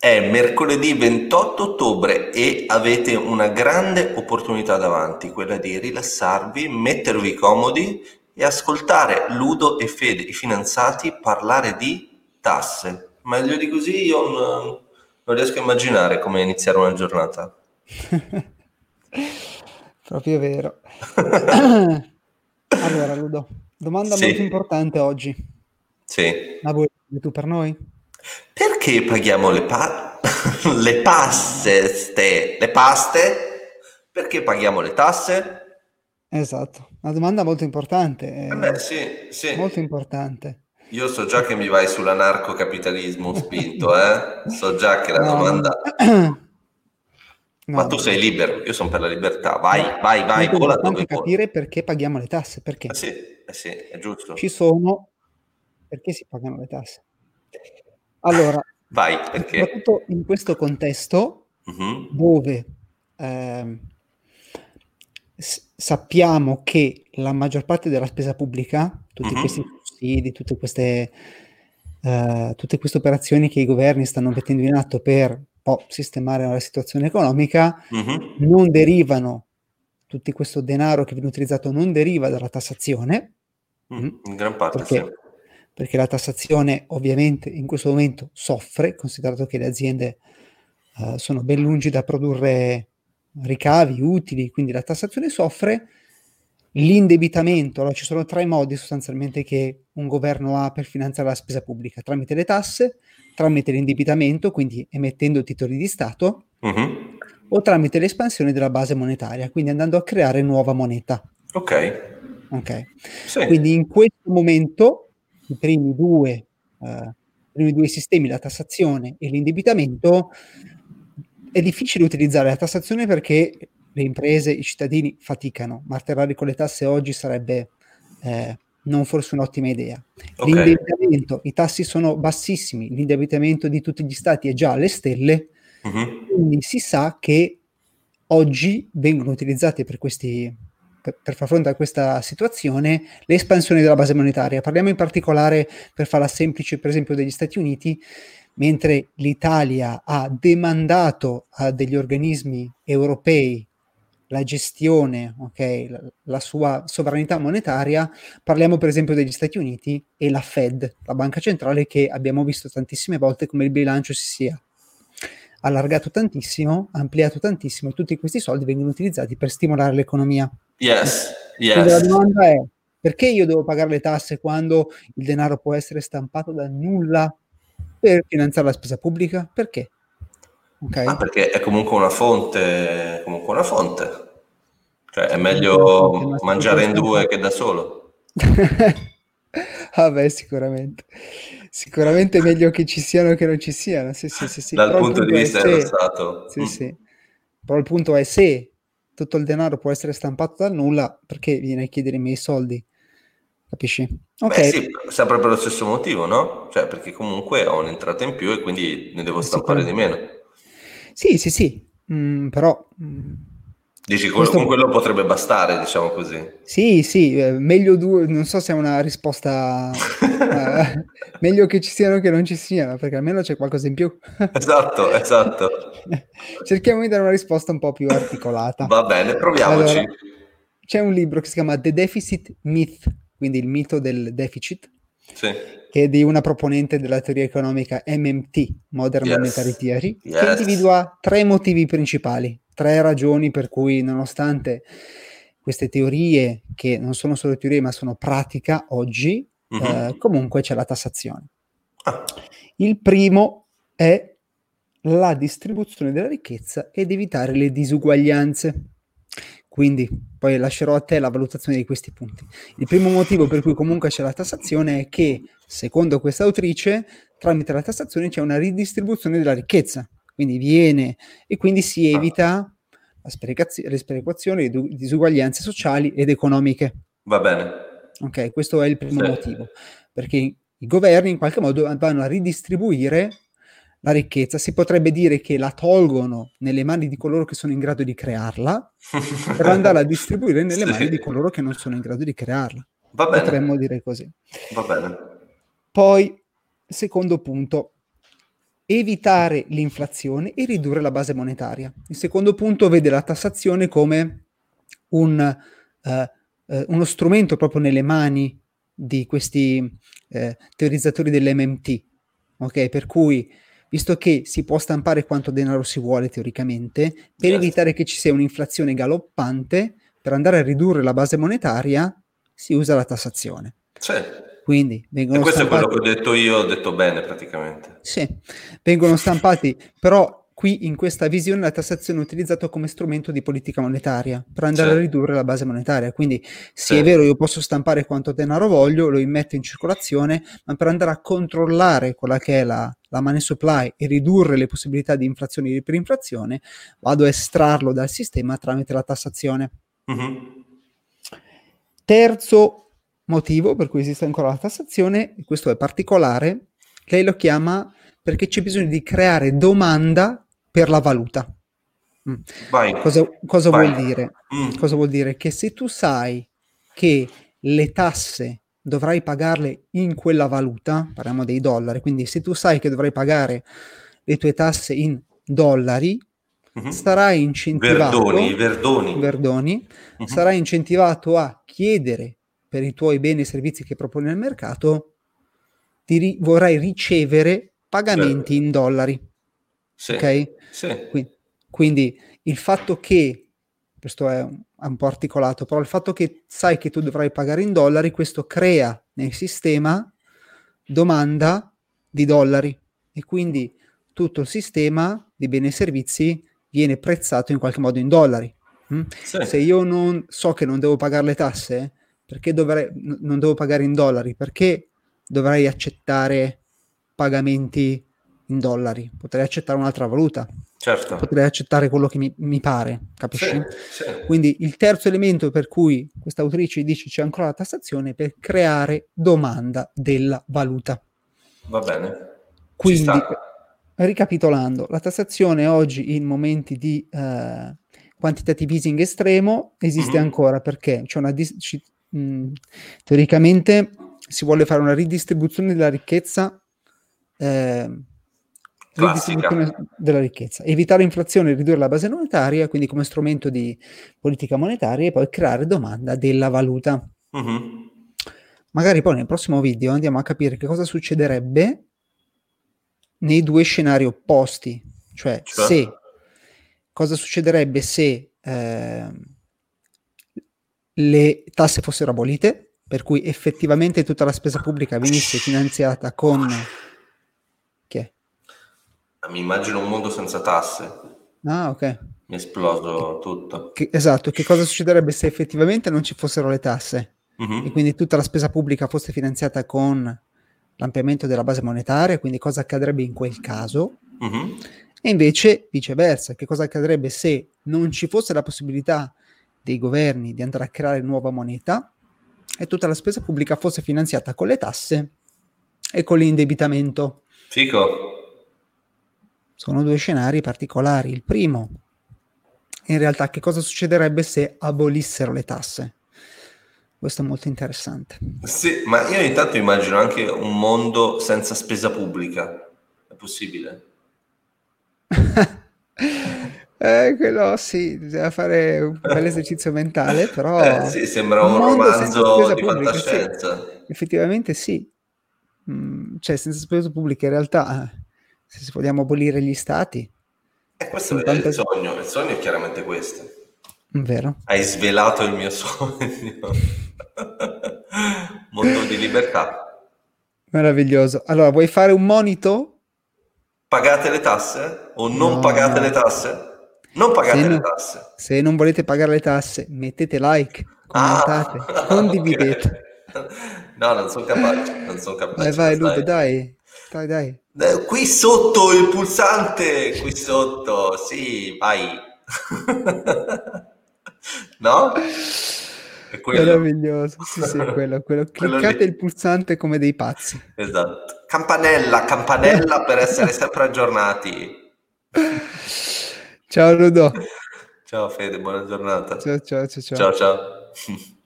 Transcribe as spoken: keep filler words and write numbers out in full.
È mercoledì ventotto ottobre e avete una grande opportunità davanti, quella di rilassarvi, mettervi comodi e ascoltare Ludo e Fede, i finanziati, parlare di tasse. Meglio di così io non, non riesco a immaginare come iniziare una giornata. Proprio vero. Allora, Ludo, domanda molto Sì, importante oggi. sì. La vuoi tu per noi? Perché paghiamo le, pa- le paste, ste- le paste? Perché paghiamo le tasse? Esatto, una domanda molto importante, Eh beh, eh, sì, molto sì. importante. Io so già che mi vai sull'anarcocapitalismo spinto, eh? So già che la No, no, domanda... no. Ma No, tu no, sei no. libero, io sono per la libertà. Vai, Però vai, vai, molto vola dove importante vuoi. capire perché paghiamo le tasse, Eh perché sì, eh sì, è ci giusto. sono, perché si pagano le tasse. Allora, Vai, perché? soprattutto in questo contesto Mhm, dove ehm, s- sappiamo che la maggior parte della spesa pubblica, tutti questi mhm, sussidi, tutte queste, eh, tutte queste operazioni che i governi stanno mettendo in atto per un po' sistemare la situazione economica, mhm, non derivano, tutto questo denaro che viene utilizzato non deriva dalla tassazione, mm, mm, in gran parte sì. perché, perché la tassazione ovviamente in questo momento soffre, considerato che le aziende eh, sono ben lungi da produrre ricavi utili, quindi la tassazione soffre. L'indebitamento, allora ci sono tre modi sostanzialmente che un governo ha per finanziare la spesa pubblica: tramite le tasse, tramite l'indebitamento, quindi emettendo titoli di Stato, Mhm, o tramite l'espansione della base monetaria, quindi andando a creare nuova moneta. ok, Ok, sì. quindi in questo momento i primi due, eh, i primi due sistemi, la tassazione e l'indebitamento, è difficile utilizzare la tassazione perché le imprese, i cittadini faticano, martellare con le tasse oggi sarebbe eh, non forse un'ottima idea. Ok. L'indebitamento, i tassi sono bassissimi, l'indebitamento di tutti gli stati è già alle stelle, Mhm. quindi si sa che oggi vengono utilizzati per questi, per, per far fronte a questa situazione, le espansioni della base monetaria. Parliamo in particolare, per farla semplice, per esempio degli Stati Uniti, mentre l'Italia ha demandato a degli organismi europei la gestione, okay, la, la sua sovranità monetaria. Parliamo per esempio degli Stati Uniti e la Fed, la banca centrale, che abbiamo visto tantissime volte come il bilancio si sia allargato tantissimo, ampliato tantissimo, e tutti questi soldi vengono utilizzati per stimolare l'economia. Yes, Quindi la yes. domanda è: perché io devo pagare le tasse quando il denaro può essere stampato da nulla per finanziare la spesa pubblica? Perché? Ma Ok? perché è comunque una fonte, comunque una fonte. Cioè, è Sì, comunque una fonte, ma meglio se tu puoi mangiare in due stampare... che da solo. Ah beh, sicuramente. Sicuramente è meglio che ci siano che non ci siano. Sì, sì, sì, sì. Dal Però il punto di punto è vista dello se... Stato. Sì, Mm. sì. Però il punto è se tutto il denaro può essere stampato dal nulla, perché viene a chiedere i miei soldi? Capisci? Beh Ok, sì, sempre per lo stesso motivo, no? Cioè, perché comunque ho un'entrata in più e quindi ne devo stampare di sicuramente. meno. Sì, sì, sì. Mm, però... mm, Dici, quello- con questo... quello potrebbe bastare, diciamo così. Sì, sì, eh, meglio due, non so se è una risposta, eh, meglio che ci siano che non ci siano, perché almeno c'è qualcosa in più. Esatto, esatto. Cerchiamo di dare una risposta un po' più articolata. Va bene, proviamoci. Allora, c'è un libro che si chiama The Deficit Myth, quindi il mito del deficit, Sì. che è di una proponente della teoria economica M M T, Modern Monetary Yes. Theory, che Yes. individua tre motivi principali, tre ragioni per cui, nonostante queste teorie, che non sono solo teorie ma sono pratica oggi, eh, Mhm. comunque c'è la tassazione. Ah, Il primo è la distribuzione della ricchezza ed evitare le disuguaglianze. Quindi poi lascerò a te la valutazione di questi punti. Il primo motivo per cui comunque c'è la tassazione è che, secondo questa autrice, tramite la tassazione c'è una ridistribuzione della ricchezza, quindi viene e quindi si evita la sperecazio- le sperequazioni, le du- disuguaglianze sociali ed economiche. va bene. Ok, questo è il primo Sì. motivo, perché i governi in qualche modo vanno a ridistribuire la ricchezza. Si potrebbe dire che la tolgono nelle mani di coloro che sono in grado di crearla per andare a distribuire nelle mani di Sì. coloro che non sono in grado di crearla. Va bene. Potremmo dire così. Va bene. Poi, secondo punto, evitare l'inflazione e ridurre la base monetaria. Il secondo punto vede la tassazione come un, eh, eh, uno strumento proprio nelle mani di questi eh, teorizzatori dell'M M T, ok? Per cui, visto che si può stampare quanto denaro si vuole teoricamente, per Yes. evitare che ci sia un'inflazione galoppante, per andare a ridurre la base monetaria, si usa la tassazione. Sì. Quindi vengono E questo stampati... è quello che ho detto io, ho detto bene praticamente. Sì, vengono stampati, però qui in questa visione la tassazione è utilizzata come strumento di politica monetaria per andare Sì. a ridurre la base monetaria. Quindi sì, Sì. è vero, io posso stampare quanto denaro voglio, lo immetto in circolazione, ma per andare a controllare quella che è la, la money supply e ridurre le possibilità di inflazione e iperinflazione, vado a estrarlo dal sistema tramite la tassazione. Mm-hmm. Terzo motivo per cui esiste ancora la tassazione, e questo è particolare, lei lo chiama perché c'è bisogno di creare domanda per la valuta. Mm. Vai. Cosa, cosa Vai. vuol dire? Mm. Cosa vuol dire? Che se tu sai che le tasse dovrai pagarle in quella valuta, parliamo dei dollari, quindi se tu sai che dovrai pagare le tue tasse in dollari, mm-hmm. sarai incentivato, verdoni, verdoni. verdoni mm-hmm. sarai incentivato a chiedere per i tuoi beni e servizi che proponi al mercato, ti ri- vorrai ricevere pagamenti Beh. in dollari. Sì. Ok? Sì. Quindi, quindi il fatto che, questo è un, è un po' articolato, però il fatto che sai che tu dovrai pagare in dollari, questo crea nel sistema domanda di dollari e quindi tutto il sistema di beni e servizi viene prezzato in qualche modo in dollari. Mm? Sì. Se io non so che non devo pagare le tasse, perché dovrei, n- non devo pagare in dollari? Perché dovrei accettare pagamenti in dollari? Potrei accettare un'altra valuta. Certo. Potrei accettare quello che mi, mi pare, capisci? Sì, sì. Quindi il terzo elemento per cui questa autrice dice c'è ancora la tassazione è per creare domanda della valuta. Va bene. Quindi, ricapitolando, la tassazione oggi in momenti di uh, quantitative easing estremo esiste mm-hmm. ancora perché c'è una dis- ci, mh, teoricamente si vuole fare una ridistribuzione della ricchezza eh, ridistribuzione della ricchezza, evitare l'inflazione, ridurre la base monetaria, quindi come strumento di politica monetaria, e poi creare domanda della valuta. Mm-hmm. Magari poi nel prossimo video andiamo a capire che cosa succederebbe nei due scenari opposti, cioè, cioè? se cosa succederebbe se eh, le tasse fossero abolite, per cui effettivamente tutta la spesa pubblica venisse finanziata con che è? Mi immagino un mondo senza tasse. Ah, ok. Mi è esploso tutto. Che, esatto, che cosa succederebbe se effettivamente non ci fossero le tasse mm-hmm. e quindi tutta la spesa pubblica fosse finanziata con l'ampliamento della base monetaria, quindi cosa accadrebbe in quel caso? Mm-hmm. E invece viceversa, che cosa accadrebbe se non ci fosse la possibilità dei governi di andare a creare nuova moneta e tutta la spesa pubblica fosse finanziata con le tasse e con l'indebitamento? Fico. Sono due scenari particolari. Il primo, in realtà, che cosa succederebbe se abolissero le tasse? Questo è molto interessante. Sì, ma io intanto immagino anche un mondo senza spesa pubblica. È possibile? eh, quello sì, bisogna fare un bel esercizio mentale, però... Eh, sì, sembra un, un romanzo di pubblica, fantascienza. Sì. Effettivamente sì. Mm, cioè, senza spesa pubblica in realtà, se vogliamo abolire gli stati... E questo è tante... il sogno, il sogno è chiaramente questo. Vero. Hai svelato il mio sogno. Mondo di libertà. Meraviglioso. Allora, vuoi fare un monito? Pagate le tasse? O non no, pagate no. le tasse? Non pagate se le no, tasse. Se non volete pagare le tasse, mettete like, commentate, ah, condividete. Okay. No, non sono capace, non sono capace. Vai, vai, Ludo, dai. Dai, dai. Eh, qui sotto il pulsante, qui sotto, sì, vai. No? È quello. Meraviglioso, sì, sì, quello, quello. Cliccate quello il pulsante come dei pazzi. Esatto. Campanella, campanella per essere sempre aggiornati. Ciao Ludo. Ciao Fede, buona giornata. Ciao, ciao, ciao, ciao. Ciao, ciao.